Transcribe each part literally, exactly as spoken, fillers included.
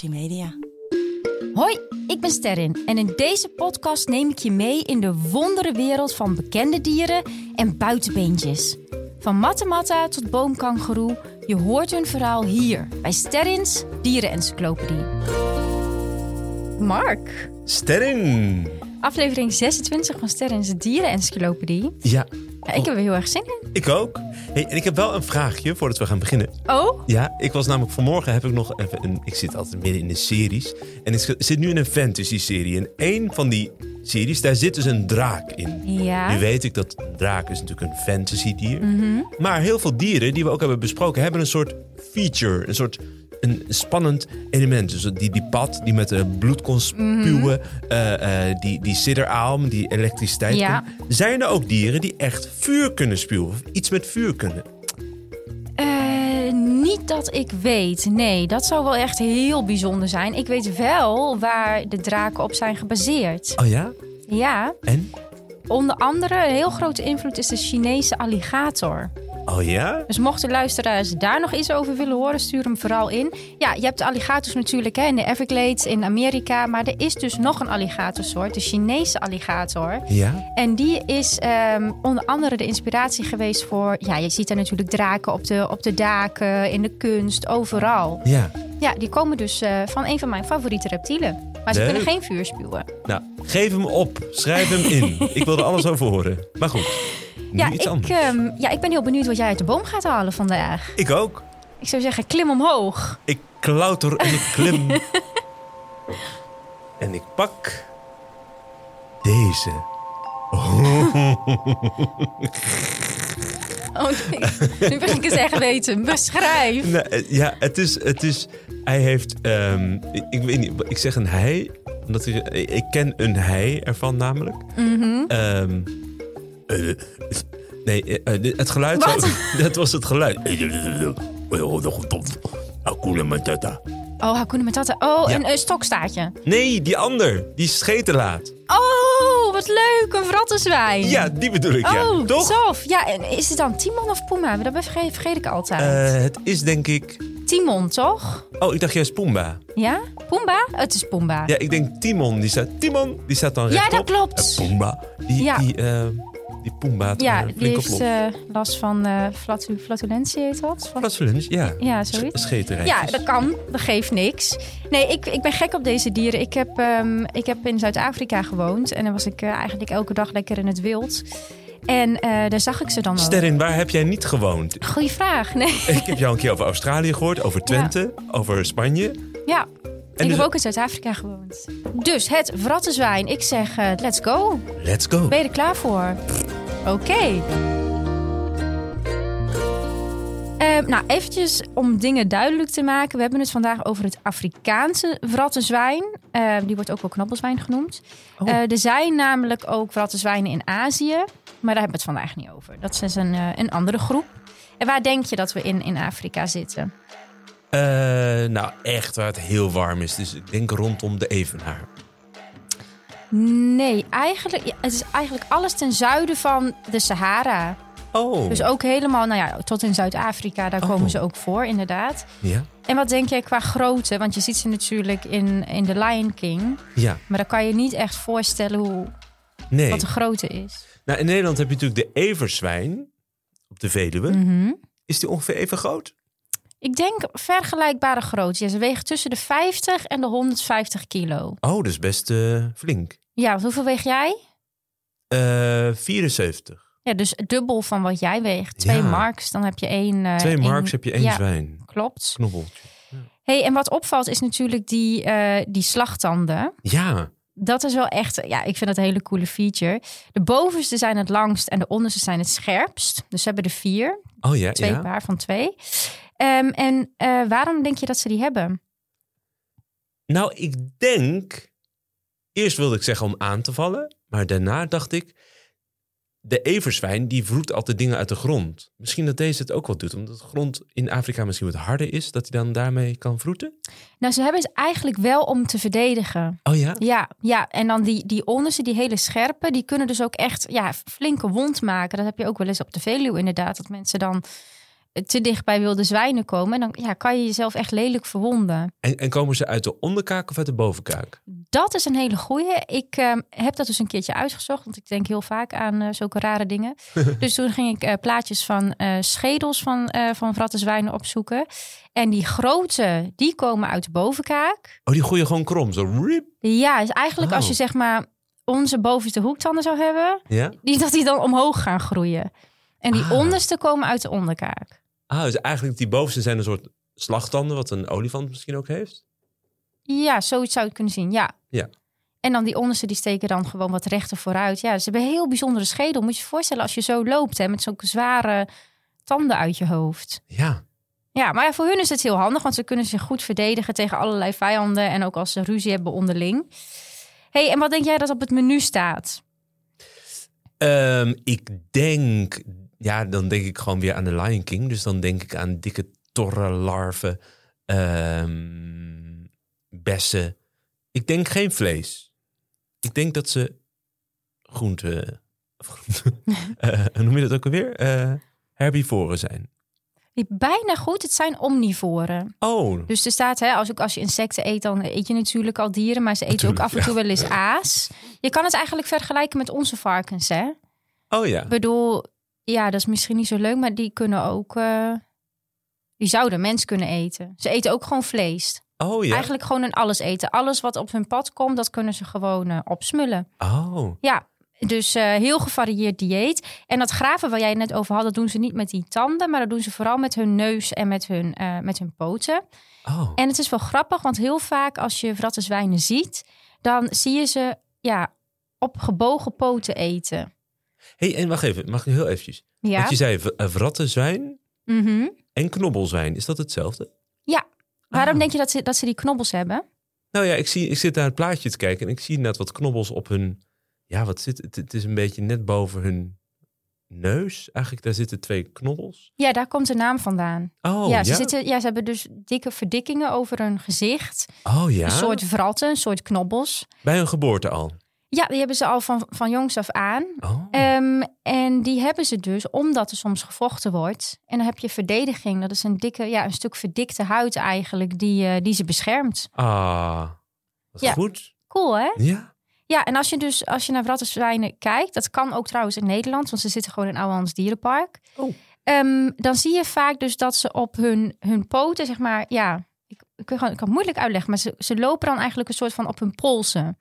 Media. Hoi, ik ben Sterrin en in deze podcast neem ik je mee in de wonderenwereld van bekende dieren en buitenbeentjes. Van mattematta tot boomkangoeroe, je hoort hun verhaal hier bij Sterrins Dierenencyclopedie. Mark. Sterrin. Aflevering zesentwintig van Sterrins Dierenencyclopedie. Ja. Ja, ik heb er heel erg zin in. Ik ook. Hey, en ik heb wel een vraagje voordat we gaan beginnen. Oh? Ja, ik was namelijk vanmorgen heb ik nog even een... Ik zit altijd midden in de series. En ik zit nu in een fantasy-serie. En één van die series, daar zit dus een draak in. Ja. Nu weet ik dat een draak is natuurlijk een fantasy-dier. Mm-hmm. Maar heel veel dieren die we ook hebben besproken, hebben een soort feature. Een soort... een spannend element. Dus die, die pad die met uh, bloed kon spuwen. Mm-hmm. uh, uh, die, die sidderaal, die elektriciteit. Ja. Kon. Zijn er ook dieren die echt vuur kunnen spuwen? Of iets met vuur kunnen? Uh, niet dat ik weet. Nee, dat zou wel echt heel bijzonder zijn. Ik weet wel waar de draken op zijn gebaseerd. Oh ja? Ja. En? Onder andere een heel grote invloed is de Chinese alligator. Oh ja? Dus mochten luisteraars daar nog iets over willen horen, stuur hem vooral in. Ja, je hebt de alligators natuurlijk hè, in de Everglades in Amerika. Maar er is dus nog een alligatorsoort, de Chinese alligator. Ja? En die is um, onder andere de inspiratie geweest voor... Ja, je ziet daar natuurlijk draken op de, op de daken, in de kunst, overal. Ja. Ja, die komen dus uh, van een van mijn favoriete reptielen. Maar ze Leuk. kunnen geen vuur spuwen. Nou, geef hem op. Schrijf hem in. Ik wil er alles over horen. Maar goed. Nu Ja iets ik, anders. um, ja, ik ben heel benieuwd wat jij uit de boom gaat halen vandaag. Ik ook. Ik zou zeggen, klim omhoog. Ik klauter en ik klim. En ik pak deze. Oh nee, nu ben ik eens echt weten. Beschrijf. Nou, ja, het is, het is... Hij heeft... Um, ik, ik weet niet, ik zeg een hij. Omdat ik, ik ken een hij ervan namelijk. Mm-hmm. Um, uh, nee, uh, het geluid... Wat? Dat was het geluid. Hakuna Matata. Oh, Hakuna Matata. Oh, Ja. een, een stokstaartje. Nee, die ander. Die scheten laat. Oh, wat leuk. Een vrattenzwijn. Ja, die bedoel ik, ja. Oh, Toch? tof. Ja, en is het dan Timon of Pumba? Dat vergeet, vergeet ik altijd. Uh, het is denk ik... Timon, toch? Oh, ik dacht juist Pumba. Ja? Pumba? Het is Pumba. Ja, ik denk Timon. Die staat, Timon, die staat dan Ja, rechtop. dat klopt. Uh, Pumba. Die, Ja. die, uh, die Pumba had Ja, uh, die flink op heeft los. uh, last van uh, flatu- flatulentie, heet dat? Flat- Flatulens, ja. Ja, zoiets. Scheterijtjes. Ja, dat kan. Dat geeft niks. Nee, ik, ik ben gek op deze dieren. Ik heb, um, ik heb in Zuid-Afrika gewoond. En dan was ik uh, eigenlijk elke dag lekker in het wild. En uh, daar zag ik ze dan ook. Sterrin, waar heb jij niet gewoond? Goeie vraag. Nee. Ik heb jou een keer over Australië gehoord, over Twente, ja. over Spanje. Ja, En ik dus... heb ook in Zuid-Afrika gewoond. Dus het vrattenzwijn. Ik zeg, uh, let's go. Let's go. Ben je er klaar voor? Oké. Okay. Uh, nou, eventjes om dingen duidelijk te maken. We hebben het vandaag over het Afrikaanse vrattenzwijn. Uh, die wordt ook wel knobbelzwijn genoemd. Oh. Uh, er zijn namelijk ook vrattenzwijnen in Azië. Maar daar hebben we het vandaag niet over. Dat is dus een, uh, een andere groep. En waar denk je dat we in, in Afrika zitten? Uh, nou, echt waar het heel warm is. Dus ik denk rondom de Evenaar. Nee, eigenlijk, ja, het is eigenlijk alles ten zuiden van de Sahara. Oh. Dus ook helemaal, nou ja, tot in Zuid-Afrika, daar oh. komen ze ook voor, inderdaad. Ja. En wat denk jij qua grootte? Want je ziet ze natuurlijk in, in The Lion King. Ja. Maar dan kan je niet echt voorstellen hoe, nee. wat de grootte is. Nou, in Nederland heb je natuurlijk de everzwijn op de Veluwe. Mm-hmm. Is die ongeveer even groot? Ik denk vergelijkbare grootte. Ja, ze wegen tussen de vijftig en de honderdvijftig kilo. Oh, dat is best uh, flink. Ja, want hoeveel weeg jij? Uh, vierenzeventig. Ja, dus dubbel van wat jij weegt. Twee Ja. marks, dan heb je één... Uh, Twee marks één, heb je één ja, zwijn. Klopt. Knobbeltje. Ja. Hey, en wat opvalt is natuurlijk die, uh, die slagtanden. Ja. Dat is wel echt, ja, ik vind dat een hele coole feature. De bovenste zijn het langst en de onderste zijn het scherpst. Dus ze hebben er vier. Oh ja, Twee ja. paar van twee. Um, en uh, waarom denk je dat ze die hebben? Nou, ik denk... Eerst wilde ik zeggen om aan te vallen. Maar daarna dacht ik... De everzwijn, die vroet altijd dingen uit de grond. Misschien dat deze het ook wel doet. Omdat de grond in Afrika misschien wat harder is. Dat hij dan daarmee kan vroeten. Nou, ze hebben het eigenlijk wel om te verdedigen. Oh ja? Ja, ja. En dan die, die onderste, die hele scherpe. Die kunnen dus ook echt ja, flinke wond maken. Dat heb je ook wel eens op de Veluwe inderdaad. Dat mensen dan te dicht bij wilde zwijnen komen. En dan ja, kan je jezelf echt lelijk verwonden. En, en komen ze uit de onderkaak of uit de bovenkaak? Dat is een hele goeie. Ik uh, heb dat dus een keertje uitgezocht. Want ik denk heel vaak aan uh, zulke rare dingen. Dus toen ging ik uh, plaatjes van uh, schedels van, uh, van vratte zwijnen opzoeken. En die grote, die komen uit de bovenkaak. Oh, die gooien gewoon krom. Zo rip. Ja, is eigenlijk oh. als je zeg maar onze bovenste hoektanden zou hebben. Ja? Die, dat die dan omhoog gaan groeien. En die ah. onderste komen uit de onderkaak. Ah, dus eigenlijk die bovenste zijn een soort slagtanden, wat een olifant misschien ook heeft? Ja, zoiets zou je kunnen zien, ja. ja. En dan die onderste, die steken dan gewoon wat rechter vooruit. Ja, ze hebben een heel bijzondere schedel. Moet je je voorstellen als je zo loopt, hè, met zo'n zware tanden uit je hoofd. Ja. Ja, maar voor hun is het heel handig, want ze kunnen zich goed verdedigen tegen allerlei vijanden. En ook als ze ruzie hebben onderling. Hey, en wat denk jij dat op het menu staat? Um, ik denk... Ja, dan denk ik gewoon weer aan de Lion King. Dus dan denk ik aan dikke torrenlarven, um, bessen. Ik denk geen vlees. Ik denk dat ze groente... groente uh, hoe noem je dat ook alweer? Uh, herbivoren zijn. Bijna goed, het zijn omnivoren. Oh. Dus er staat, hè, als, ook als je insecten eet, dan eet je natuurlijk al dieren. Maar ze eten natuurlijk, ook af en toe ja. wel eens aas. Je kan het eigenlijk vergelijken met onze varkens, hè? Oh ja. Ik bedoel... Ja, dat is misschien niet zo leuk, maar die kunnen ook... Uh, die zouden mens kunnen eten. Ze eten ook gewoon vlees. Oh ja? Eigenlijk gewoon een alles eten. Alles wat op hun pad komt, dat kunnen ze gewoon uh, opsmullen. Oh. Ja, dus uh, heel gevarieerd dieet. En dat graven waar jij het net over had, dat doen ze niet met die tanden... maar dat doen ze vooral met hun neus en met hun, uh, met hun poten. Oh. En het is wel grappig, want heel vaak als je vratte zwijnen ziet... dan zie je ze ja, op gebogen poten eten... Hey, en wacht even, mag ik heel eventjes? Ja. Want je zei vrattenzwijn mm-hmm. en knobbelzwijn. Is dat hetzelfde? Ja. Waarom ah. denk je dat ze, dat ze die knobbels hebben? Nou ja, ik, zie, ik zit naar het plaatje te kijken en ik zie net wat knobbels op hun... Ja, wat zit het? Het is een beetje net boven hun neus. Eigenlijk, daar zitten twee knobbels. Ja, daar komt de naam vandaan. Oh, ja, ze, ja? Zitten, ja, ze hebben dus dikke verdikkingen over hun gezicht. Oh ja? Een soort vratten, een soort knobbels. Bij hun geboorte al? Ja, die hebben ze al van, van jongs af aan. Oh. Um, en die hebben ze dus omdat er soms gevochten wordt. En dan heb je verdediging. Dat is een dikke, ja, een stuk verdikte huid eigenlijk die, uh, die ze beschermt. Ah, wat ja. goed. Cool, hè? Ja. Ja, en als je dus als je naar vrattenzwijnen kijkt, dat kan ook trouwens in Nederland, want ze zitten gewoon in Ouwehands Dierenpark. Oh. Um, dan zie je vaak dus dat ze op hun, hun poten, zeg maar, ja, ik, ik, kan, ik kan het moeilijk uitleggen, maar ze, ze lopen dan eigenlijk een soort van op hun polsen.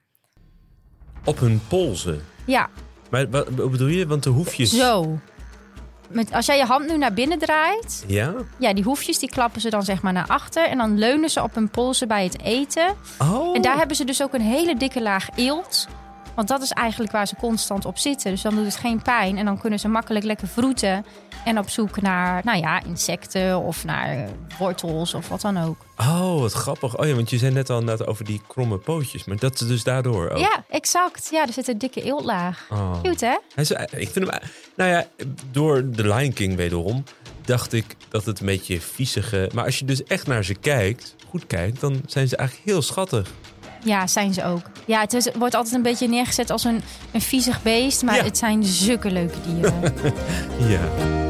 Op hun polsen? Ja. Maar wat, wat bedoel je? Want de hoefjes... Zo. Met, als jij je hand nu naar binnen draait... Ja? Ja, die hoefjes die klappen ze dan zeg maar naar achter. En dan leunen ze op hun polsen bij het eten. Oh. En daar hebben ze dus ook een hele dikke laag eelt. Want dat is eigenlijk waar ze constant op zitten. Dus dan doet het geen pijn. En dan kunnen ze makkelijk lekker vroeten. En op zoek naar, nou ja, insecten of naar wortels of wat dan ook. Oh, wat grappig. Oh ja, want je zei net al net over die kromme pootjes. Maar dat is dus daardoor ook. Ja, exact. Ja, er zit een dikke eeltlaag. Oh. Cute, hè? Hij is, ik vind hem... Nou ja, door The Lion King wederom dacht ik dat het een beetje viezige... Maar als je dus echt naar ze kijkt, goed kijkt, dan zijn ze eigenlijk heel schattig. Ja, zijn ze ook. Ja, het is, wordt altijd een beetje neergezet als een, een viezig beest. Maar ja. Het zijn zulke leuke dieren. Ja.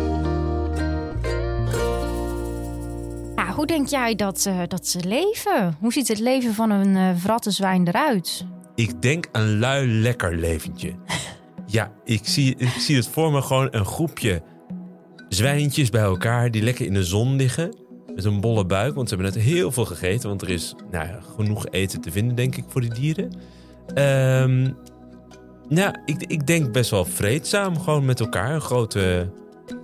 Ja, hoe denk jij dat, uh, dat ze leven? Hoe ziet het leven van een uh, vrattenzwijn eruit? Ik denk een lui lekker leventje. Ja, ik zie, ik zie het voor me gewoon een groepje zwijntjes bij elkaar die lekker in de zon liggen. Met een bolle buik, want ze hebben net heel veel gegeten. Want er is nou ja, genoeg eten te vinden, denk ik, voor die dieren. Um, nou, ik, ik denk best wel vreedzaam. Gewoon met elkaar. Een grote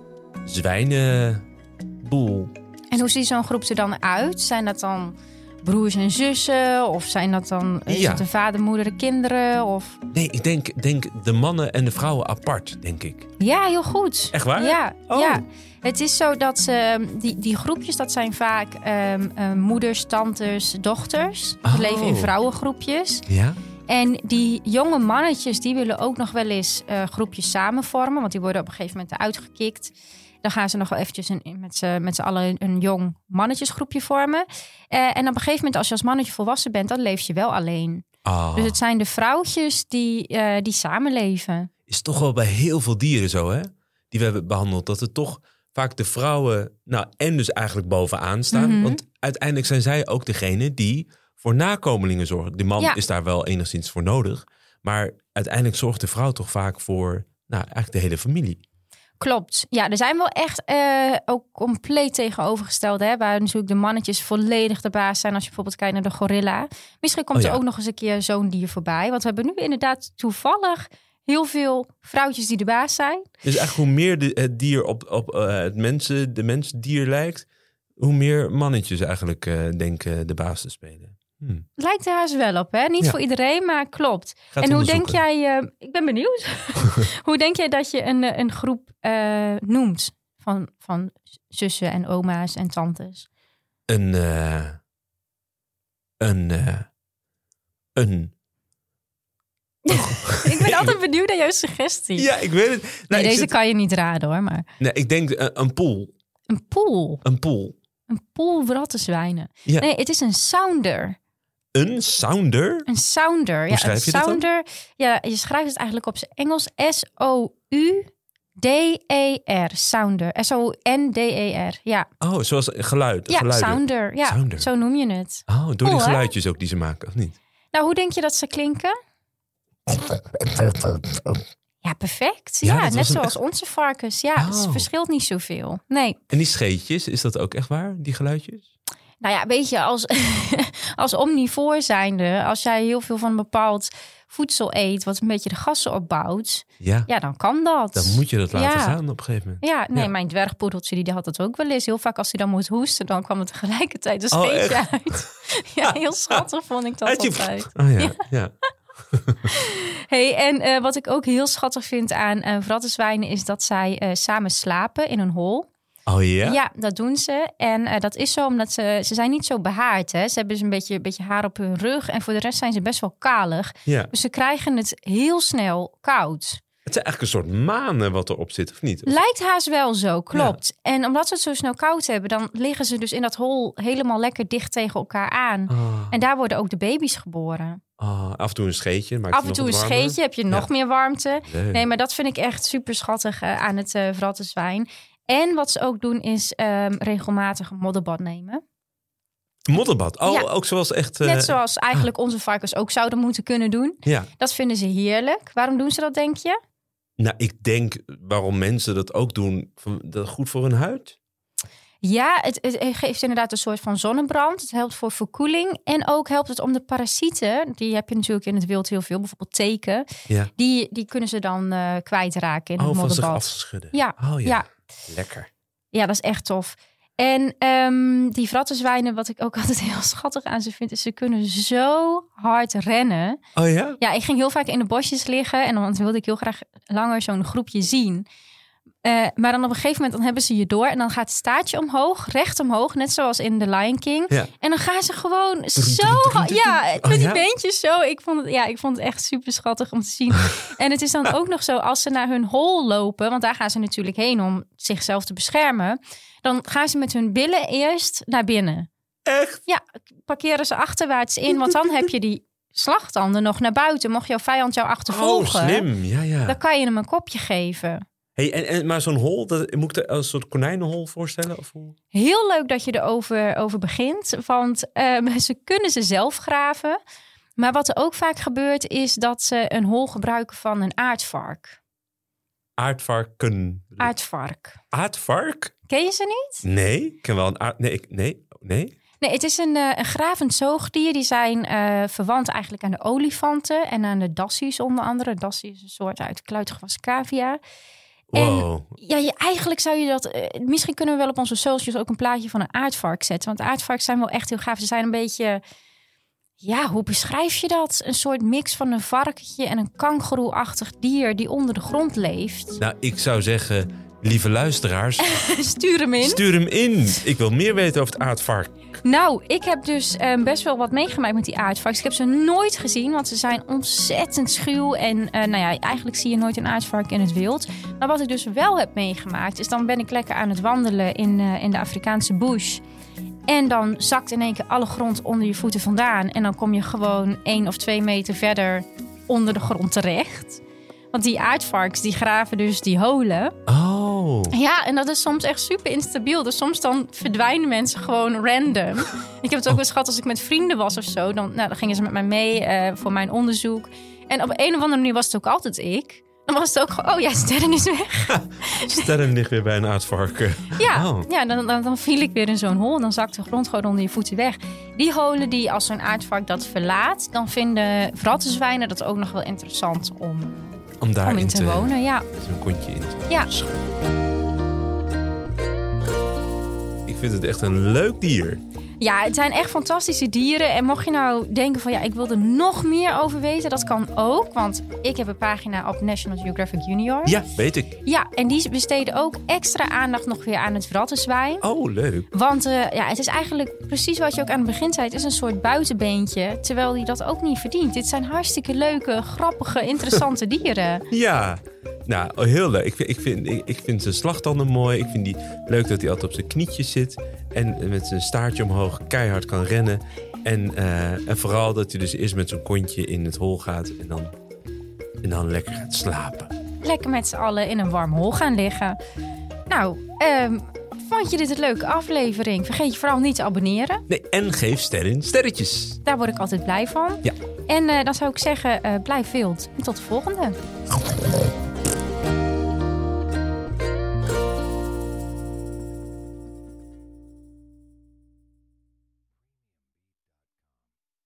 zwijnenboel. En hoe ziet zo'n groep er dan uit? Zijn dat dan broers en zussen? Of zijn dat dan is ja. het de vader, moeder, de kinderen? Of... Nee, ik denk, denk de mannen en de vrouwen apart, denk ik. Ja, heel goed. Echt waar? Ja, oh. ja. Het is zo dat ze, die, die groepjes, dat zijn vaak um, uh, moeders, tantes, dochters. Die oh. leven in vrouwengroepjes. Ja. En die jonge mannetjes, die willen ook nog wel eens uh, groepjes samen vormen. Want die worden op een gegeven moment uitgekikt. Dan gaan ze nog wel eventjes een, met z'n met z'n allen een jong mannetjesgroepje vormen. Uh, en op een gegeven moment, als je als mannetje volwassen bent, dan leef je wel alleen. Oh. Dus het zijn de vrouwtjes die, uh, die samenleven. Is toch wel bij heel veel dieren zo, hè? Die we hebben behandeld, dat het toch vaak de vrouwen... nou en dus eigenlijk bovenaan staan. Mm-hmm. Want uiteindelijk zijn zij ook degene die voor nakomelingen zorgen. De man ja. is daar wel enigszins voor nodig. Maar uiteindelijk zorgt de vrouw toch vaak voor... nou, eigenlijk de hele familie. Klopt. Ja, er zijn wel echt uh, ook compleet tegenovergestelde. Hè, waar natuurlijk de mannetjes volledig de baas zijn. Als je bijvoorbeeld kijkt naar de gorilla. Misschien komt oh, ja. er ook nog eens een keer zo'n dier voorbij. Want we hebben nu inderdaad toevallig heel veel vrouwtjes die de baas zijn. Dus eigenlijk hoe meer de, het dier op, op uh, het mensen, de mens-dier lijkt... hoe meer mannetjes eigenlijk uh, denken de baas te spelen. Hmm. Lijkt er haast wel op, hè? Niet ja. voor iedereen, maar klopt. Gaat en hoe denk jij... Uh, ik ben benieuwd. Hoe denk jij dat je een, een groep uh, noemt van, van zussen en oma's en tantes? Een... Uh, een... Uh, een... ik ben altijd benieuwd naar jouw suggestie. Ja, ik weet het. Nou, nee, deze zit... kan je niet raden, hoor. Maar... Nee, ik denk uh, een pool. Een pool? Een pool. Een pool rattenzwijnen. Ja. Nee, het is een sounder. Een sounder? Een sounder. Hoe ja, schrijf je een sounder, dat dan? Ja, je schrijft het eigenlijk op zijn Engels. S O U D E R. Sounder. S O N D E R. Ja. Oh, zoals geluid. Ja, geluiden. sounder. Ja, sounder. Zo noem je het. Oh, door cool, die geluidjes hè? ook die ze maken, of niet? Nou, hoe denk je dat ze klinken? Ja, perfect. Ja, ja net zoals echt... onze varkens. Ja, oh. Het verschilt niet zoveel. Nee. En die scheetjes, is dat ook echt waar, die geluidjes? Nou ja, weet je, als, als omnivoor zijnde, als jij heel veel van een bepaald voedsel eet, wat een beetje de gassen opbouwt, ja, ja dan kan dat. Dan moet je dat laten ja. gaan op een gegeven moment. Ja, nee, ja. mijn dwergpoedeltje, die had dat ook wel eens. Heel vaak als hij dan moest hoesten, dan kwam er tegelijkertijd een scheetje oh, uit. Ja, heel schattig vond ik dat altijd. Oh ja, ja. ja. Hey, en uh, wat ik ook heel schattig vind aan uh, vrattenzwijnen is dat zij uh, samen slapen in een hol. Oh ja? Ja, dat doen ze. En uh, dat is zo omdat ze... Ze zijn niet zo behaard, hè. Ze hebben dus een beetje, een beetje haar op hun rug. En voor de rest zijn ze best wel kalig. Ja. Dus ze krijgen het heel snel koud. Het is eigenlijk een soort manen wat erop zit, of niet? Of... Lijkt haast wel zo, klopt. Ja. En omdat ze het zo snel koud hebben, dan liggen ze dus in dat hol helemaal lekker dicht tegen elkaar aan. Oh. En daar worden ook de baby's geboren. Oh, af en toe een scheetje. Af en toe een scheetje, heb je nog ja. meer warmte. Nee. nee, maar dat vind ik echt super schattig uh, aan het uh, vrattenzwijn. En wat ze ook doen is um, regelmatig een modderbad nemen. Modderbad? Oh, ja. ook zoals echt... Uh... Net zoals eigenlijk onze varkens ook zouden moeten kunnen doen. Ja. Dat vinden ze heerlijk. Waarom doen ze dat, denk je? Nou, ik denk waarom mensen dat ook doen, dat goed voor hun huid. Ja, het, het geeft inderdaad een soort van zonnebrand. Het helpt voor verkoeling. En ook helpt het om de parasieten. Die heb je natuurlijk in het wild heel veel. Bijvoorbeeld teken. Ja. Die, die kunnen ze dan uh, kwijtraken in oh, het modderbad. Oh, van zich afschudden. Ja. Oh ja. ja. Lekker. Ja, dat is echt tof. En um, die vrattenzwijnen, wat ik ook altijd heel schattig aan ze vind, is ze kunnen zo hard rennen. Oh ja? Ja, ik ging heel vaak in de bosjes liggen en dan wilde ik heel graag langer zo'n groepje zien. Uh, maar dan op een gegeven moment dan hebben ze je door en dan gaat het staartje omhoog, recht omhoog, net zoals in The Lion King. Ja. En dan gaan ze gewoon zo hard, ja, met die oh, ja? beentjes zo. Ik vond het, ja, ik vond het echt super schattig om te zien. En het is dan ook nog zo, als ze naar hun hol lopen, want daar gaan ze natuurlijk heen om zichzelf te beschermen, dan gaan ze met hun billen eerst naar binnen. Echt? Ja, parkeren ze achterwaarts in, want dan heb je die slagtanden nog naar buiten. Mocht jouw vijand jou achtervolgen, oh, slim. Ja, ja. Dan kan je hem een kopje geven. Hey, en, en, maar zo'n hol, dat, moet ik er een soort konijnenhol voorstellen? Of hoe? Heel leuk dat je erover over begint. Want um, ze kunnen ze zelf graven. Maar wat er ook vaak gebeurt, is dat ze een hol gebruiken van een aardvark. Aardvarken. Aardvark. Aardvark? Ken je ze niet? Nee, ik ken wel een aard... Nee, ik, nee, nee. Nee, het is een, uh, een gravend zoogdier. Die zijn uh, verwant eigenlijk aan de olifanten en aan de dassies onder andere. Dassie is een soort uit kluitgewassen cavia. Wow. En ja, je, eigenlijk zou je dat... Uh, misschien kunnen we wel op onze socials ook een plaatje van een aardvark zetten. Want aardvarken zijn wel echt heel gaaf. Ze zijn een beetje... Ja, hoe beschrijf je dat? Een soort mix van een varkentje en een kangoeroe-achtig dier die onder de grond leeft. Nou, ik zou zeggen, lieve luisteraars... Stuur hem in. Stuur hem in. Ik wil meer weten over het aardvark. Nou, ik heb dus uh, best wel wat meegemaakt met die aardvarkens. Ik heb ze nooit gezien, want ze zijn ontzettend schuw. En uh, nou ja, eigenlijk zie je nooit een aardvark in het wild. Maar wat ik dus wel heb meegemaakt, is dan ben ik lekker aan het wandelen in, uh, in de Afrikaanse bush. En dan zakt in één keer alle grond onder je voeten vandaan. En dan kom je gewoon één of twee meter verder onder de grond terecht. Want die aardvarkens, die graven dus die holen. Oh. Oh. Ja, en dat is soms echt super instabiel. Dus soms dan verdwijnen mensen gewoon random. Ik heb het ook wel eens gehad als ik met vrienden was of zo. Dan, nou, dan gingen ze met mij mee uh, voor mijn onderzoek. En op een of andere manier was het ook altijd ik. Dan was het ook gewoon, oh ja, Sterren is weg. Sterren ligt weer bij een aardvarken. Ja, oh. ja dan, dan, dan viel ik weer in zo'n hol. Dan zakt de grond gewoon onder je voeten weg. Die holen die als zo'n aardvark dat verlaat... dan vinden vrattenzwijnen dat ook nog wel interessant om, om, daar om in te, te wonen. Ja. Zo'n kontje in te ja. Ik vind het echt een leuk dier. Ja, het zijn echt fantastische dieren. En mocht je nou denken van ja, ik wil er nog meer over weten, dat kan ook. Want ik heb een pagina op National Geographic Junior. Ja, weet ik. Ja, en die besteden ook extra aandacht nog weer aan het vrattenzwijn. Oh, leuk. Want uh, ja, het is eigenlijk precies wat je ook aan het begin zei. Het is een soort buitenbeentje, terwijl die dat ook niet verdient. Dit zijn hartstikke leuke, grappige, interessante dieren. Ja, nou, heel leuk. Ik vind, ik, vind, ik, ik vind zijn slagtanden mooi. Ik vind die leuk dat hij altijd op zijn knietjes zit. En met zijn staartje omhoog keihard kan rennen. En, uh, en vooral dat hij dus eerst met zo'n kontje in het hol gaat. En dan, en dan lekker gaat slapen. Lekker met z'n allen in een warm hol gaan liggen. Nou, um, vond je dit een leuke aflevering? Vergeet je vooral niet te abonneren. Nee, en geef sterren sterretjes. Daar word ik altijd blij van. Ja. En uh, dan zou ik zeggen, uh, blijf wild. En tot de volgende.